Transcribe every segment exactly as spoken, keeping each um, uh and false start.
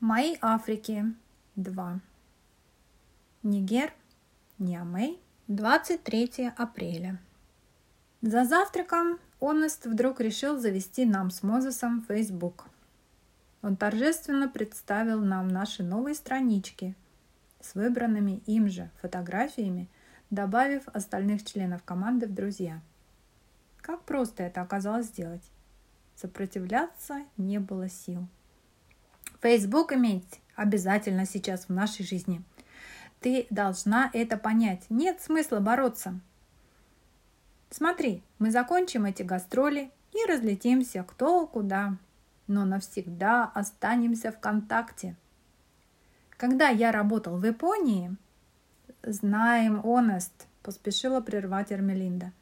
Мои Африки два. Нигер, Ниамей, двадцать третьего апреля. За завтраком Онест вдруг решил завести нам с Мозесом Facebook. Он торжественно представил нам наши новые странички с выбранными им же фотографиями, добавив остальных членов команды в друзья. Как просто это оказалось сделать. Сопротивляться не было сил. Facebook иметь обязательно сейчас в нашей жизни. Ты должна это понять. Нет смысла бороться. Смотри, мы закончим эти гастроли и разлетимся кто куда, но навсегда останемся в контакте. Когда я работал в Японии, знаем, Онест, поспешила прервать Эрмелинда.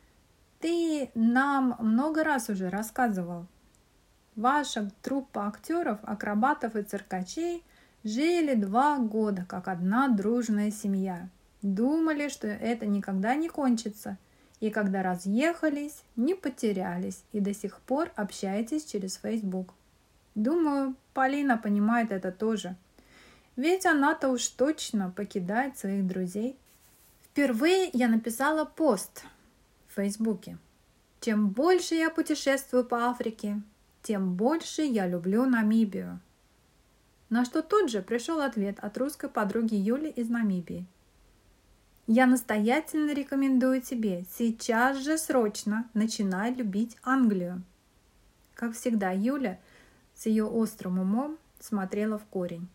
Ты нам много раз уже рассказывал. Ваша труппа актеров, акробатов и циркачей жили два года, как одна дружная семья. Думали, что это никогда не кончится. И когда разъехались, не потерялись и до сих пор общаетесь через Facebook. Думаю, Полина понимает это тоже. Ведь она-то уж точно покидает своих друзей. Впервые я написала пост в Фейсбуке. Чем больше я путешествую по Африке, тем больше я люблю Намибию. На что тут же пришел ответ от русской подруги Юли из Намибии. Я настоятельно рекомендую тебе сейчас же срочно начинай любить Англию. Как всегда, Юля с ее острым умом смотрела в корень.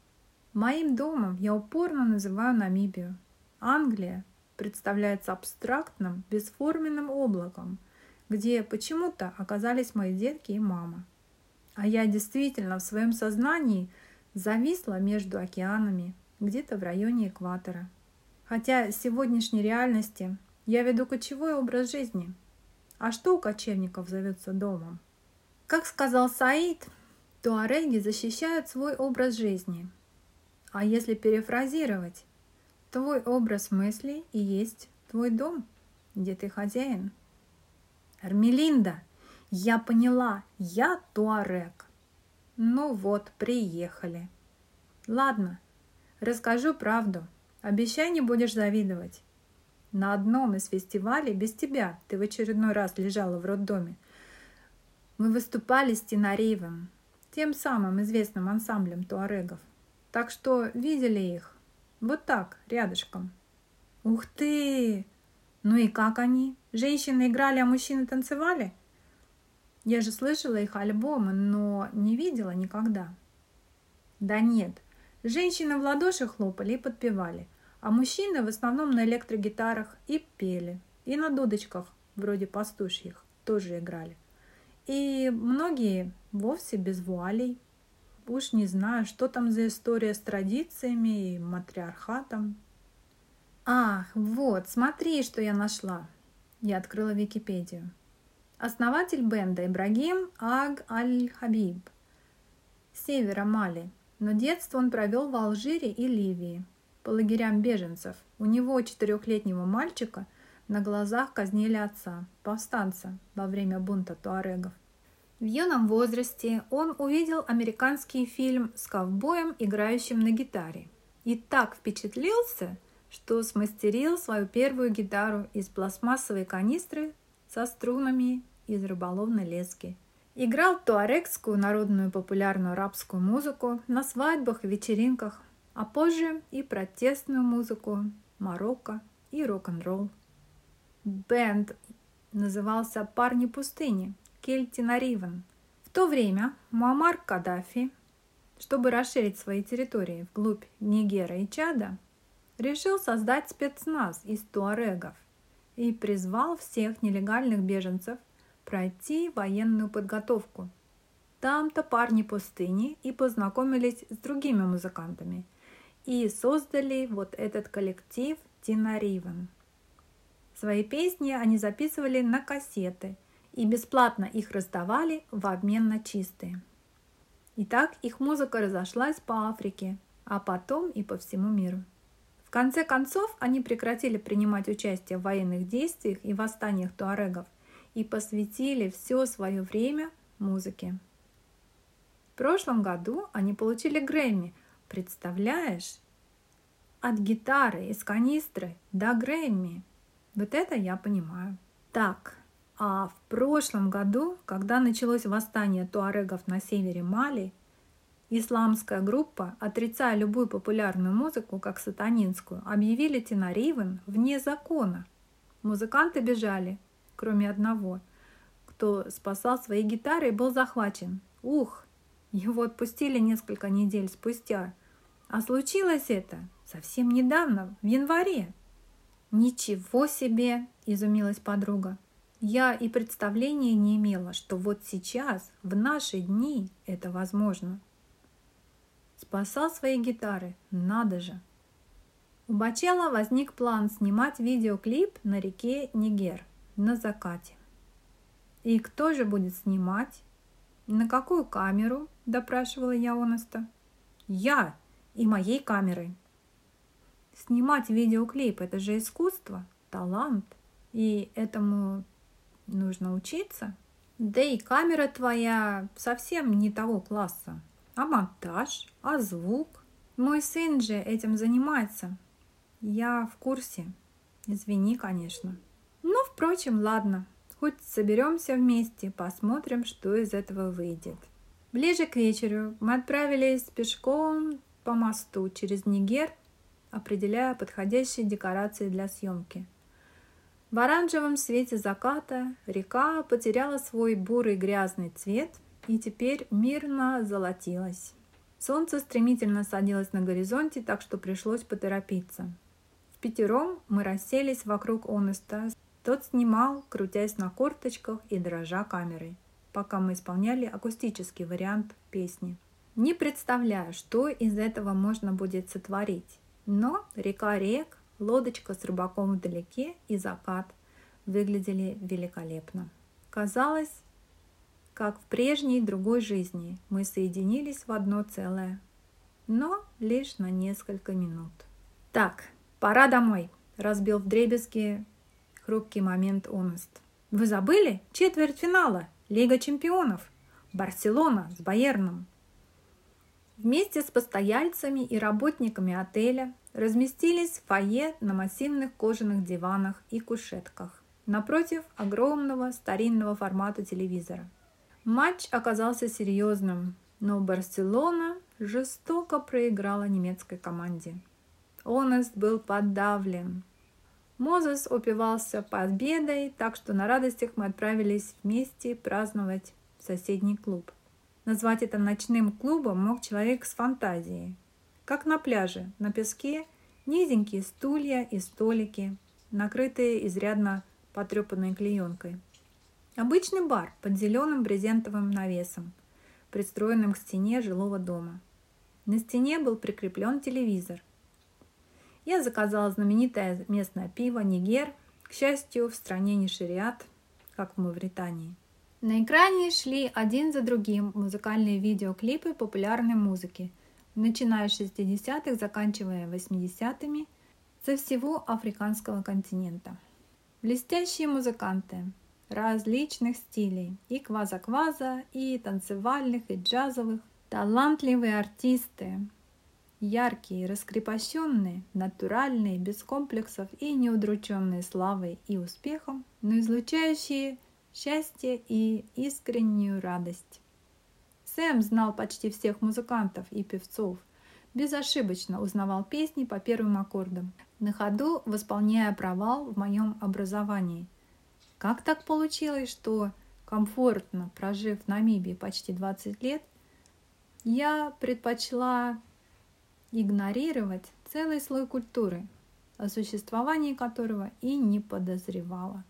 Моим домом я упорно называю Намибию. Англия представляется абстрактным, бесформенным облаком, где почему-то оказались мои детки и мама. А я действительно в своем сознании зависла между океанами, где-то в районе экватора. Хотя в сегодняшней реальности я веду кочевой образ жизни. А что у кочевников зовется домом? Как сказал Саид, туареги защищают свой образ жизни. А если перефразировать, твой образ мыслей и есть твой дом, где ты хозяин. Эрмелинда, я поняла, я туарек. Ну вот, приехали. Ладно, расскажу правду. Обещай, не будешь завидовать. На одном из фестивалей без тебя, ты в очередной раз лежала в роддоме, мы выступали с Тенаривом, тем самым известным ансамблем туарегов. Так что видели их вот так, рядышком. Ух ты! Ну и как они? Женщины играли, а мужчины танцевали? Я же слышала их альбомы, но не видела никогда. Да нет, женщины в ладоши хлопали и подпевали, а мужчины в основном на электрогитарах и пели, и на дудочках, вроде пастушьих, тоже играли. И многие вовсе без вуалей. Уж не знаю, что там за история с традициями и матриархатом. Ах, вот, смотри, что я нашла. Я открыла Википедию. Основатель бенда Ибрагим Аг Аль-Хабиб, с севера Мали, но детство он провел в Алжире и Ливии, по лагерям беженцев. У него, четырехлетнего мальчика, на глазах казнили отца, повстанца, во время бунта туарегов. В юном возрасте он увидел американский фильм с ковбоем, играющим на гитаре, и так впечатлился, что смастерил свою первую гитару из пластмассовой канистры со струнами из рыболовной лески. Играл туарегскую народную популярную арабскую музыку на свадьбах и вечеринках, а позже и протестную музыку, Марокко и рок-н-ролл. Бенд назывался «Парни пустыни», Кельтинаривен. В то время Муаммар Каддафи, чтобы расширить свои территории вглубь Нигера и Чада, решил создать спецназ из туарегов и призвал всех нелегальных беженцев пройти военную подготовку. Там-то парни пустыни и познакомились с другими музыкантами и создали вот этот коллектив Тенаривен. Свои песни они записывали на кассеты и бесплатно их раздавали в обмен на чистые. И так их музыка разошлась по Африке, а потом и по всему миру. В конце концов, они прекратили принимать участие в военных действиях и восстаниях туарегов и посвятили все свое время музыке. В прошлом году они получили Грэмми. Представляешь? От гитары из канистры до Грэмми. Вот это я понимаю. Так, а в прошлом году, когда началось восстание туарегов на севере Мали, исламская группа, отрицая любую популярную музыку, как сатанинскую, объявили теноривен вне закона. Музыканты бежали, кроме одного, кто спасал свои гитары и был захвачен. Ух, его отпустили несколько недель спустя. А случилось это совсем недавно, в январе. «Ничего себе!» – изумилась подруга. «Я и представления не имела, что вот сейчас, в наши дни, это возможно». Спасал свои гитары, надо же. У Бачелла возник план снимать видеоклип на реке Нигер на закате. «И кто же будет снимать? На какую камеру?» – допрашивала я Онеста. «Я и моей камерой». Снимать видеоклип – это же искусство, талант, и этому нужно учиться. Да и камера твоя совсем не того класса. А монтаж, а звук? Мой сын же этим занимается. Я в курсе. Извини, конечно. Ну, впрочем, ладно. Хоть соберемся вместе, посмотрим, что из этого выйдет. Ближе к вечеру мы отправились пешком по мосту через Нигер, определяя подходящие декорации для съемки. В оранжевом свете заката река потеряла свой бурый грязный цвет и теперь мирно золотилась. Солнце стремительно садилось на горизонте, так что пришлось поторопиться. Впятером мы расселись вокруг Онеста. Тот снимал, крутясь на корточках и дрожа камерой, пока мы исполняли акустический вариант песни. Не представляю, что из этого можно будет сотворить. Но река рек, лодочка с рыбаком вдалеке и закат выглядели великолепно. Казалось, как в прежней другой жизни мы соединились в одно целое, но лишь на несколько минут. «Так, пора домой», – разбил вдребезги хрупкий момент Онест. «Вы забыли? Четвертьфинала, Лига чемпионов, Барселона с Байерном». Вместе с постояльцами и работниками отеля разместились в фойе на массивных кожаных диванах и кушетках напротив огромного старинного формата телевизора. Матч оказался серьезным, но Барселона жестоко проиграла немецкой команде. Онест был подавлен. Мозес упивался победой, так что на радостях мы отправились вместе праздновать в соседний клуб. Назвать это ночным клубом мог человек с фантазией. Как на пляже, на песке, низенькие стулья и столики, накрытые изрядно потрепанной клеенкой. Обычный бар под зеленым брезентовым навесом, пристроенным к стене жилого дома. На стене был прикреплен телевизор. Я заказала знаменитое местное пиво «Нигер», к счастью, в стране не шариат, как в Мавритании. На экране шли один за другим музыкальные видеоклипы популярной музыки, начиная с шестидесятых, заканчивая восьмидесятыми, со всего африканского континента. Блестящие музыканты различных стилей, и кваза-кваза, и танцевальных, и джазовых, талантливые артисты, яркие, раскрепощенные, натуральные, без комплексов и неудрученные славой и успехом, но излучающие счастье и искреннюю радость. Сэм знал почти всех музыкантов и певцов, безошибочно узнавал песни по первым аккордам, на ходу восполняя провал в моем образовании. Как так получилось, что, комфортно прожив в Намибии почти двадцать лет, я предпочла игнорировать целый слой культуры, о существовании которого и не подозревала.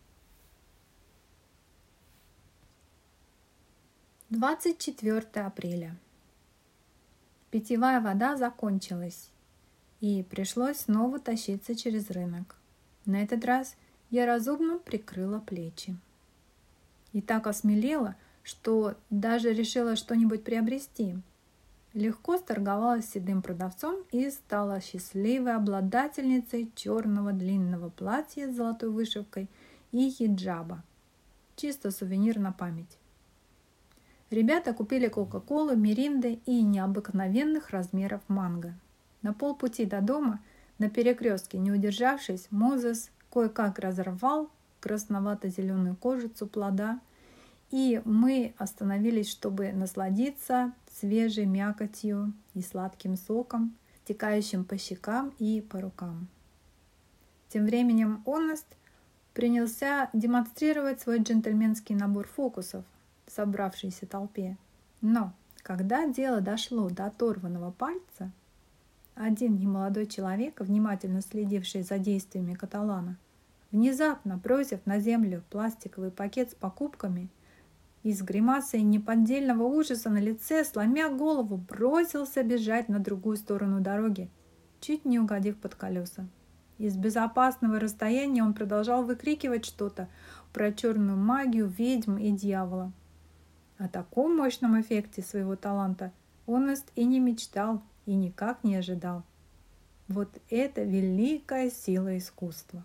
двадцать четвёртого апреля. Питьевая вода закончилась, и пришлось снова тащиться через рынок. На этот раз я разумно прикрыла плечи. И так осмелела, что даже решила что-нибудь приобрести. Легко сторговалась с седым продавцом и стала счастливой обладательницей черного длинного платья с золотой вышивкой и хиджаба. Чисто сувенир на память. Ребята купили кока-колу, миринды и необыкновенных размеров манго. На полпути до дома, на перекрестке, не удержавшись, Мозес кое-как разорвал красновато-зеленую кожицу плода, и мы остановились, чтобы насладиться свежей мякотью и сладким соком, стекающим по щекам и по рукам. Тем временем Онест принялся демонстрировать свой джентльменский набор фокусов собравшейся толпе. Но когда дело дошло до оторванного пальца, один немолодой человек, внимательно следивший за действиями каталана, внезапно бросив на землю пластиковый пакет с покупками и с гримасой неподдельного ужаса на лице, сломя голову, бросился бежать на другую сторону дороги, чуть не угодив под колеса. Из безопасного расстояния он продолжал выкрикивать что-то про черную магию, ведьм и дьявола. О таком мощном эффекте своего таланта Онест и не мечтал, и никак не ожидал. Вот это великая сила искусства.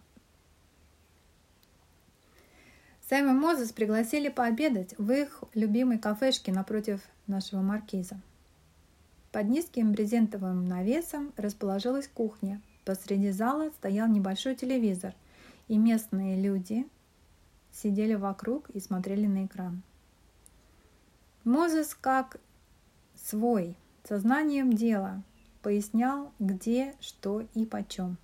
Сэм и Мозес пригласили пообедать в их любимой кафешке напротив нашего маркиза. Под низким брезентовым навесом расположилась кухня. Посреди зала стоял небольшой телевизор, и местные люди сидели вокруг и смотрели на экран. Мозес, как свой, сознанием дела, пояснял, где, что и почем.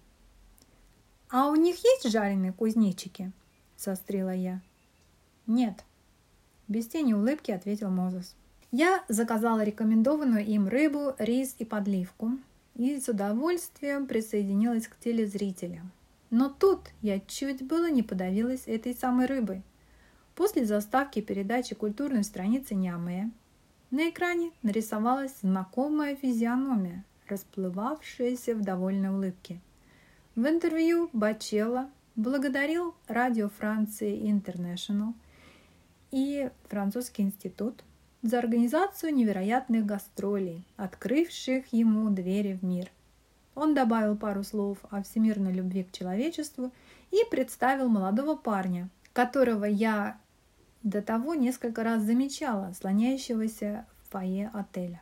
«А у них есть жареные кузнечики?» – сострила я. «Нет», – без тени улыбки ответил Мозес. Я заказала рекомендованную им рыбу, рис и подливку и с удовольствием присоединилась к телезрителям. Но тут я чуть было не подавилась этой самой рыбой. После заставки передачи культурной страницы Ниамэ на экране нарисовалась знакомая физиономия, расплывавшаяся в довольной улыбке. В интервью Бачелло благодарил Радио Франции Интернешнл и Французский институт за организацию невероятных гастролей, открывших ему двери в мир. Он добавил пару слов о всемирной любви к человечеству и представил молодого парня, которого я до того несколько раз замечала, слоняющегося в фойе отеля.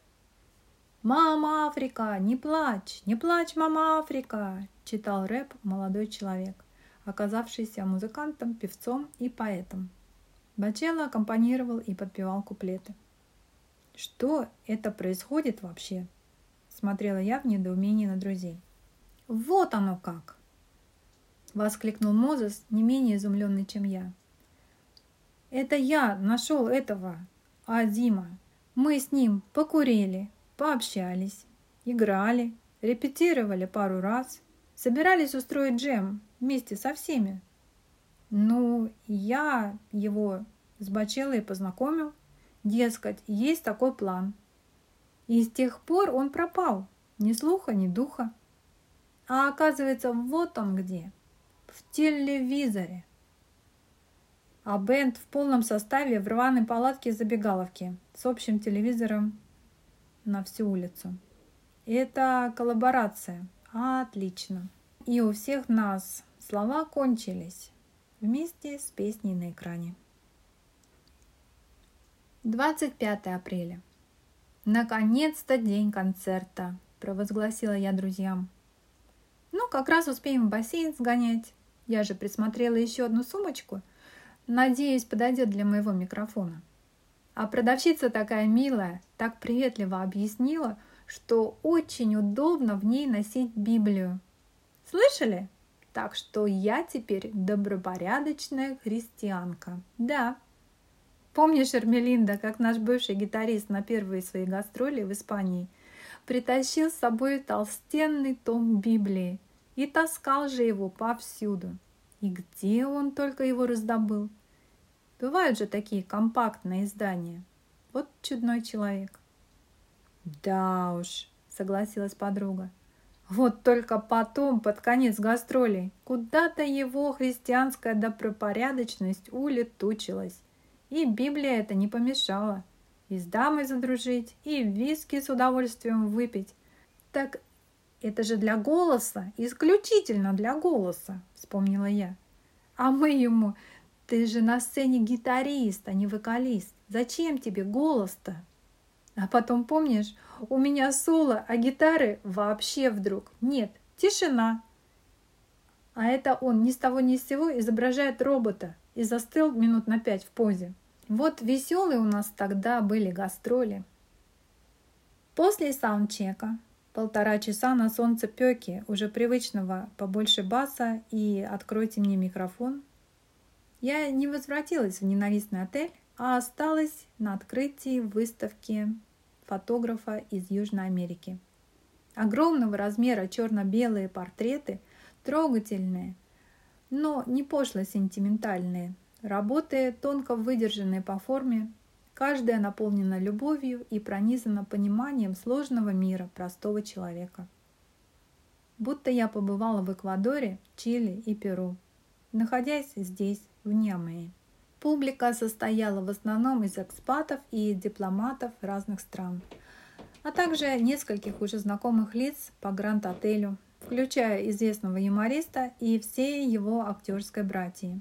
«Мама Африка, не плачь, не плачь, мама Африка!» читал рэп молодой человек, оказавшийся музыкантом, певцом и поэтом. Бачелло аккомпанировал и подпевал куплеты. «Что это происходит вообще?» Смотрела я в недоумении на друзей. «Вот оно как!» Воскликнул Мозес, не менее изумленный, чем я. «Это я нашел этого Адима. Мы с ним покурили, пообщались, играли, репетировали пару раз, собирались устроить джем вместе со всеми. Ну, я его с Бачеллой познакомил, дескать, есть такой план. И с тех пор он пропал, ни слуха, ни духа. А оказывается, вот он где, в телевизоре. А бэнд в полном составе в рваной палатке забегаловки с общим телевизором на всю улицу. Это коллаборация. Отлично. И у всех нас слова кончились вместе с песней на экране. двадцать пятое апреля. Наконец-то день концерта, провозгласила я друзьям. Ну, как раз успеем в бассейн сгонять. Я же присмотрела еще одну сумочку. Надеюсь, подойдет для моего микрофона. А продавщица такая милая, так приветливо объяснила, что очень удобно в ней носить Библию. Слышали? Так что я теперь добропорядочная христианка. Да. Помнишь, Эрмелинда, как наш бывший гитарист на первые свои гастроли в Испании притащил с собой толстенный том Библии и таскал же его повсюду? И где он только его раздобыл? Бывают же такие компактные издания. Вот чудной человек. Да уж, согласилась подруга. Вот только потом, под конец гастролей, куда-то его христианская добропорядочность улетучилась. И Библия это не помешала. И с дамой задружить, и виски с удовольствием выпить. Так это же для голоса, исключительно для голоса, вспомнила я. А мы ему Ты же на сцене гитарист, а не вокалист. Зачем тебе голос-то? А потом, помнишь, у меня соло, а гитары вообще вдруг нет, тишина. А это он ни с того ни с сего изображает робота и застыл минут на пять в позе. Вот веселые у нас тогда были гастроли. После саундчека полтора часа на солнцепёке, уже привычного побольше баса и «откройте мне микрофон», я не возвратилась в ненавистный отель, а осталась на открытии выставки фотографа из Южной Америки. Огромного размера черно-белые портреты, трогательные, но не пошло-сентиментальные, работы, тонко выдержанные по форме, каждая наполнена любовью и пронизана пониманием сложного мира простого человека. Будто я побывала в Эквадоре, Чили и Перу, находясь здесь, в Ниамее. Публика состояла в основном из экспатов и дипломатов разных стран, а также нескольких уже знакомых лиц по Гранд-отелю, включая известного юмориста и всей его актерской братьи.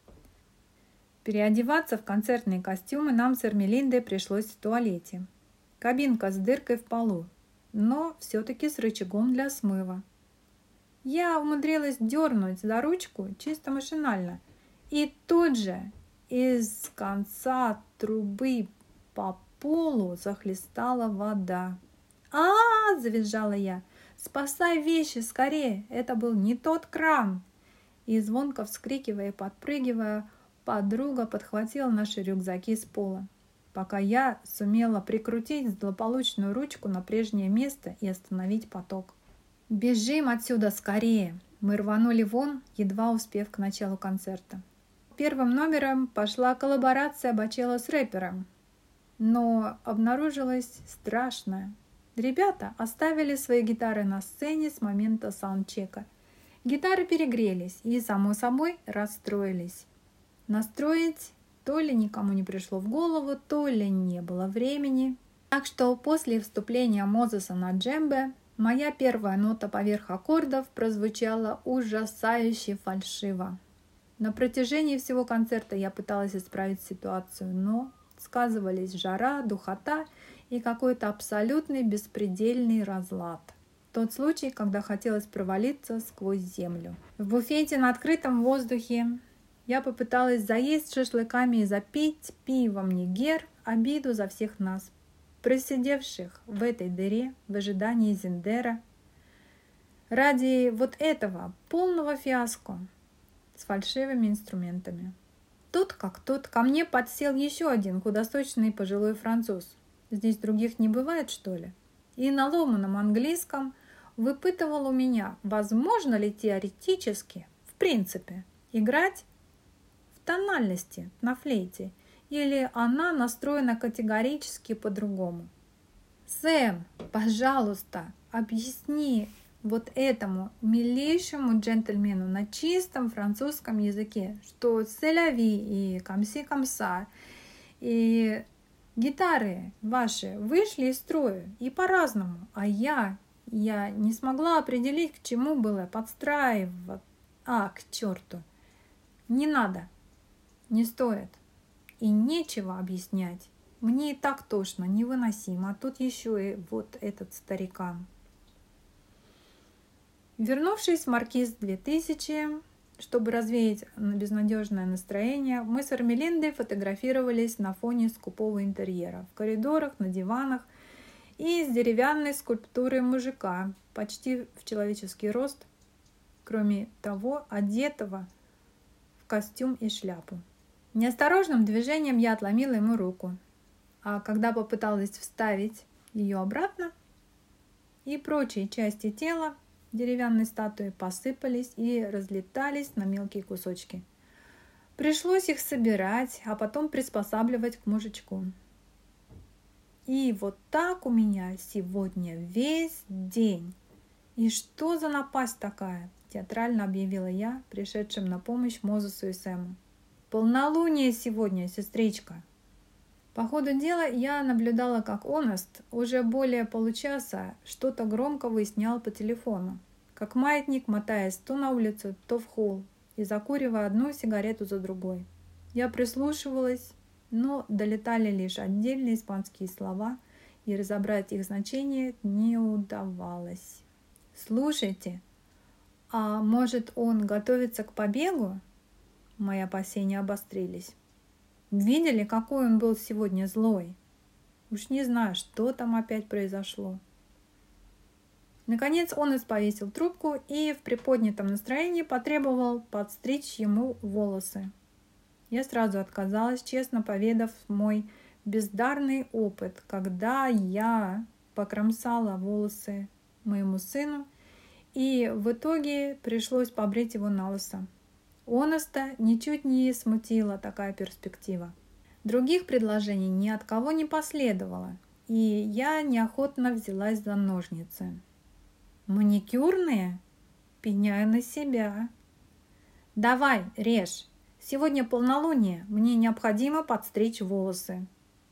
Переодеваться в концертные костюмы нам с Эрмелиндой пришлось в туалете. Кабинка с дыркой в полу, но все-таки с рычагом для смыва. Я умудрилась дернуть за ручку чисто машинально, и тут же из конца трубы по полу захлестала вода. «А-а-а!» – завизжала я. «Спасай вещи скорее! Это был не тот кран!» И звонко вскрикивая и подпрыгивая, подруга подхватила наши рюкзаки с пола, пока я сумела прикрутить злополучную ручку на прежнее место и остановить поток. «Бежим отсюда скорее!» Мы рванули вон, едва успев к началу концерта. Первым номером пошла коллаборация Бачелло с рэпером, но обнаружилось страшное. Ребята оставили свои гитары на сцене с момента саундчека. Гитары перегрелись и, само собой, расстроились. Настроить то ли никому не пришло в голову, то ли не было времени. Так что после вступления Мозеса на джембе моя первая нота поверх аккордов прозвучала ужасающе фальшиво. На протяжении всего концерта я пыталась исправить ситуацию, но сказывались жара, духота и какой-то абсолютный беспредельный разлад. Тот случай, когда хотелось провалиться сквозь землю. В буфете на открытом воздухе я попыталась заесть шашлыками и запить пивом нигер обиду за всех нас, просидевших в этой дыре в ожидании Зиндера. Ради вот этого полного фиаско с фальшивыми инструментами. Тут как тут ко мне подсел еще один худосочный пожилой француз. Здесь других не бывает, что ли? И на ломаном английском выпытывал у меня, возможно ли теоретически, в принципе, играть в тональности на флейте, или она настроена категорически по-другому. «Сэм, пожалуйста, объясни вот этому милейшему джентльмену на чистом французском языке, что «селяви» и «камси камса» и гитары ваши вышли из строя и по-разному, а я, я не смогла определить, к чему было подстраивать. А, к черту! Не надо, не стоит и нечего объяснять. Мне и так тошно, невыносимо, а тут еще и вот этот старикан». Вернувшись в Маркиз две тысячи, чтобы развеять безнадежное настроение, мы с Эрмелиндой фотографировались на фоне скупого интерьера, в коридорах, на диванах и с деревянной скульптурой мужика, почти в человеческий рост, кроме того, одетого в костюм и шляпу. Неосторожным движением я отломила ему руку, а когда попыталась вставить ее обратно, и прочие части тела деревянной статуи посыпались и разлетались на мелкие кусочки. Пришлось их собирать, а потом приспосабливать к мужичку. И вот так у меня сегодня весь день. И что за напасть такая? Театрально объявила я, пришедшим на помощь Мозесу и Сэму. Полнолуние сегодня, сестричка. По ходу дела я наблюдала, как Онест уже более получаса что-то громко выяснял по телефону, как маятник, мотаясь то на улицу, то в холл и закуривая одну сигарету за другой. Я прислушивалась, но долетали лишь отдельные испанские слова, и разобрать их значение не удавалось. «Слушайте, а может, он готовится к побегу?» Мои опасения обострились. Видели, какой он был сегодня злой? Уж не знаю, что там опять произошло. Наконец он исповесил трубку и в приподнятом настроении потребовал подстричь ему волосы. Я сразу отказалась, честно поведав мой бездарный опыт, когда я покромсала волосы моему сыну, и в итоге пришлось побрить его на лысо. Оноста ничуть не смутила такая перспектива. Других предложений ни от кого не последовало, и я неохотно взялась за ножницы. «Маникюрные?» Пеняю на себя. «Давай, режь. Сегодня полнолуние, мне необходимо подстричь волосы».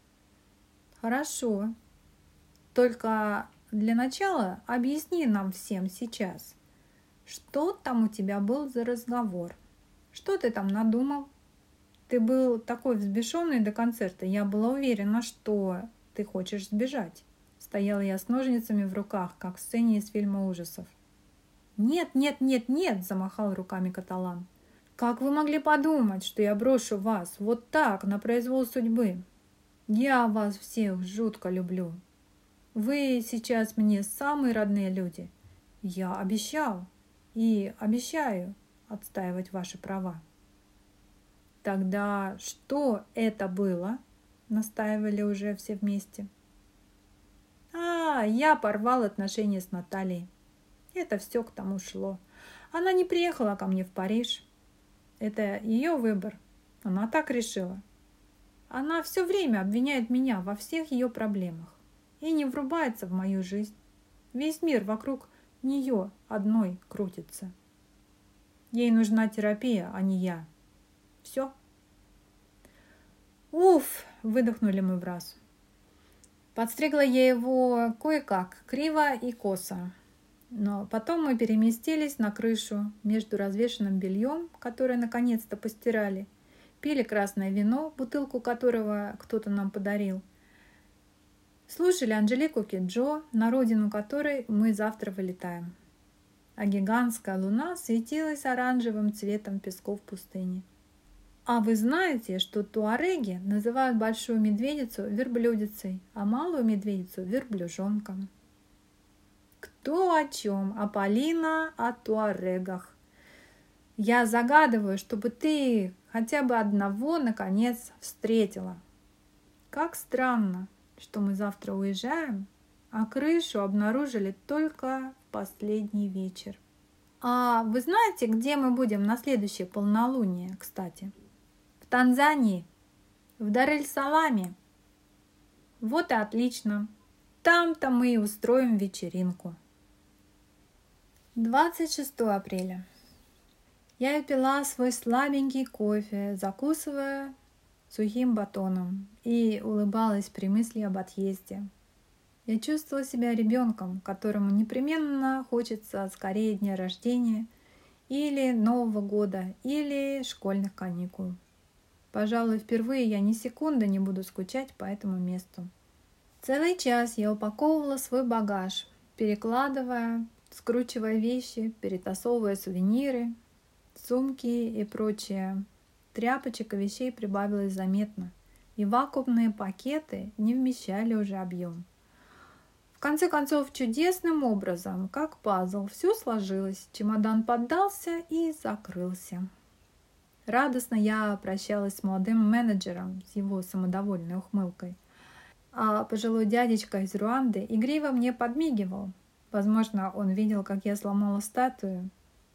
«Хорошо. Только для начала объясни нам всем сейчас, что там у тебя был за разговор? Что ты там надумал? Ты был такой взбешенный до концерта, я была уверена, что ты хочешь сбежать». Стояла я с ножницами в руках, как в сцене из фильма ужасов. «Нет, нет, нет, нет!» – замахал руками Каталан. «Как вы могли подумать, что я брошу вас вот так, на произвол судьбы? Я вас всех жутко люблю. Вы сейчас мне самые родные люди. Я обещал и обещаю отстаивать ваши права». «Тогда что это было?» – настаивали уже все вместе. «А, я порвал отношения с Натальей. Это все к тому шло. Она не приехала ко мне в Париж. Это ее выбор. Она так решила. Она все время обвиняет меня во всех ее проблемах и не врубается в мою жизнь. Весь мир вокруг нее одной крутится. Ей нужна терапия, а не я. Все». «Уф!» – выдохнули мы в раз. Подстригла я его кое-как, криво и косо. Но потом мы переместились на крышу между развешенным бельем, которое наконец-то постирали, пили красное вино, бутылку которого кто-то нам подарил, слушали Анжелику Киджо, на родину которой мы завтра вылетаем. А гигантская луна светилась оранжевым цветом песков пустыни. А вы знаете, что туареги называют большую медведицу верблюдицей, а малую медведицу верблюжонком? Кто о чем, а Полина о туарегах. Я загадываю, чтобы ты хотя бы одного, наконец, встретила. Как странно, что мы завтра уезжаем, а крышу обнаружили только в последний вечер. А вы знаете, где мы будем на следующее полнолуние, кстати? В Танзании, в Дар-эль-Саламе. Вот и отлично. Там-то мы и устроим вечеринку. двадцать шестого апреля. Я пила свой слабенький кофе, закусывая сухим батоном, и улыбалась при мысли об отъезде. Я чувствовала себя ребенком, которому непременно хочется скорее дня рождения или Нового года, или школьных каникул. Пожалуй, впервые я ни секунды не буду скучать по этому месту. Целый час я упаковывала свой багаж, перекладывая, скручивая вещи, перетасовывая сувениры, сумки и прочее. Тряпочек и вещей прибавилось заметно, и вакуумные пакеты не вмещали уже объем. В конце концов, чудесным образом, как пазл, все сложилось, чемодан поддался и закрылся. Радостно я прощалась с молодым менеджером с его самодовольной ухмылкой, а пожилой дядечка из Руанды игриво мне подмигивал. Возможно, он видел, как я сломала статую,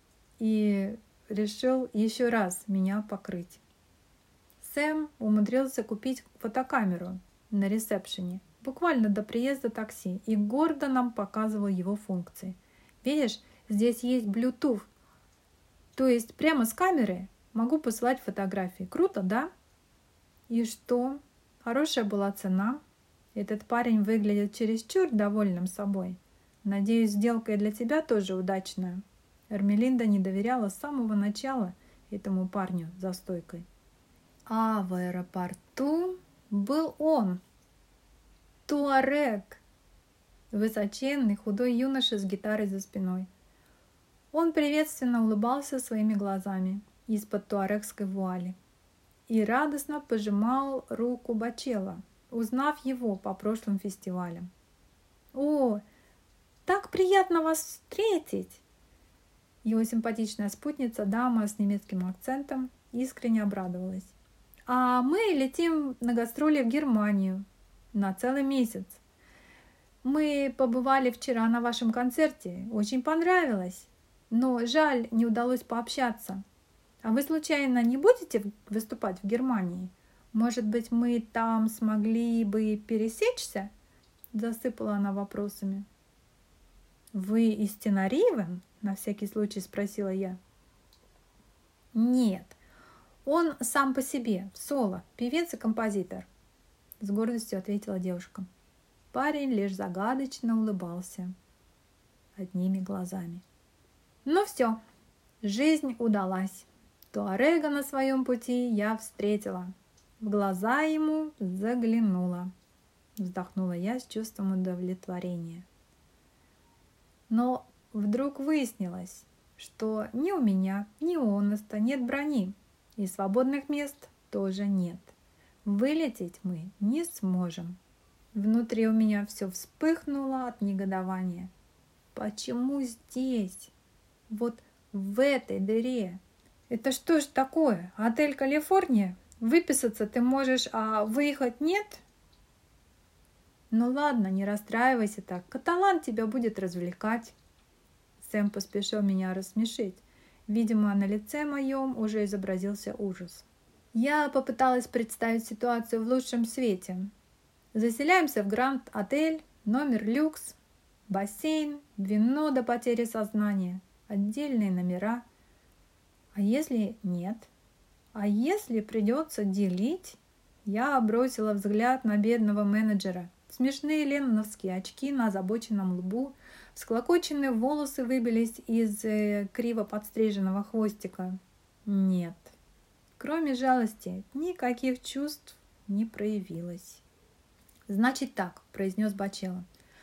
и решил еще раз меня покрыть. Сэм умудрился купить фотокамеру на ресепшене буквально до приезда такси и гордо нам показывал его функции. Видишь, здесь есть Bluetooth, то есть прямо с камеры могу посылать фотографии. Круто, да? И что? Хорошая была цена. Этот парень выглядит чересчур довольным собой. Надеюсь, сделка и для тебя тоже удачная. Эрмелинда не доверяла с самого начала этому парню за стойкой. А в аэропорту был он, Туарек, высоченный худой юноша с гитарой за спиной. Он приветственно улыбался своими глазами из-под туарекской вуали и радостно пожимал руку Бачелло, узнав его по прошлым фестивалям. «О, так приятно вас встретить!» Его симпатичная спутница, дама с немецким акцентом, искренне обрадовалась. «А мы летим на гастроли в Германию на целый месяц. Мы побывали вчера на вашем концерте, очень понравилось, но жаль, не удалось пообщаться. А вы случайно не будете выступать в Германии? Может быть, мы там смогли бы пересечься?» Засыпала она вопросами. «Вы из Тенаривы?» – на всякий случай спросила я. «Нет, он сам по себе, соло, певец и композитор», – с гордостью ответила девушка. Парень лишь загадочно улыбался одними глазами. «Ну все, жизнь удалась. Туарега на своем пути я встретила. В глаза ему заглянула», – вздохнула я с чувством удовлетворения. Но вдруг выяснилось, что ни у меня, ни у Оноста нет брони, и свободных мест тоже нет. Вылететь мы не сможем. Внутри у меня все вспыхнуло от негодования. Почему здесь? Вот в этой дыре? Это что ж такое? Отель «Калифорния»? Выписаться ты можешь, а выехать нет? Ну ладно, не расстраивайся так. Каталан тебя будет развлекать. Сэм поспешил меня рассмешить. Видимо, на лице моем уже изобразился ужас. Я попыталась представить ситуацию в лучшем свете. Заселяемся в Гранд-отель, номер люкс, бассейн, вино до потери сознания, отдельные номера. А если нет? А если придется делить? Я бросила взгляд на бедного менеджера. Смешные ленноновские очки на озабоченном лбу, всклокоченные волосы выбились из э, криво подстриженного хвостика. Нет, кроме жалости, никаких чувств не проявилось. «Значит так», – произнес Бачелло.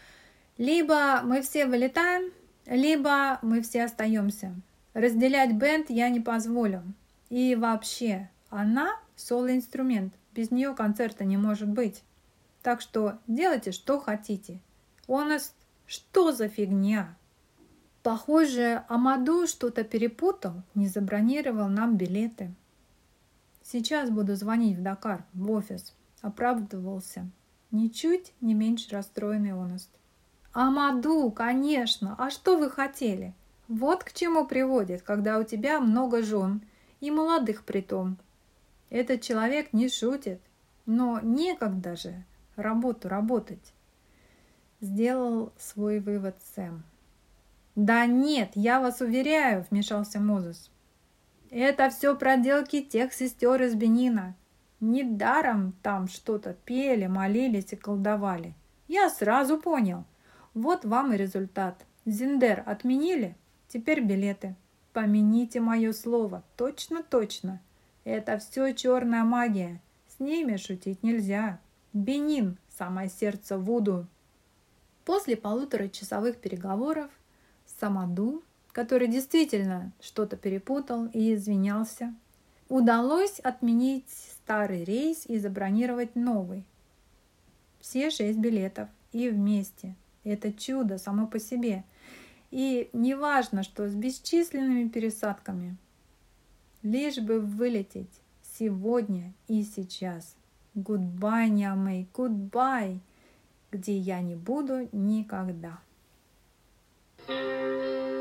«Либо мы все вылетаем, либо мы все остаемся. Разделять бенд я не позволю. И вообще, она соло-инструмент, без нее концерта не может быть. Так что делайте, что хотите. Оност, что за фигня?» Похоже, Амаду что-то перепутал, не забронировал нам билеты. «Сейчас буду звонить в Дакар, в офис», – оправдывался. Ничуть не меньше расстроенный Оност. «Амаду, конечно! А что вы хотели? Вот к чему приводит, когда у тебя много жен, и молодых притом. Этот человек не шутит, но некогда же работу работать», – сделал свой вывод Сэм. «Да нет, я вас уверяю», – вмешался Мозес. «Это все проделки тех сестер из Бенина. Недаром там что-то пели, молились и колдовали. Я сразу понял. Вот вам и результат. Зиндер отменили, теперь билеты. Помяните мое слово, точно-точно. Это все черная магия. С ними шутить нельзя. Бенин – самое сердце вуду». После полуторачасовых переговоров с Амаду, который действительно что-то перепутал и извинялся, удалось отменить старый рейс и забронировать новый. Все шесть билетов и вместе. Это чудо само по себе. И не важно, что с бесчисленными пересадками. Лишь бы вылететь сегодня и сейчас. Гудбай, Ниамей, гудбай, где я не буду никогда.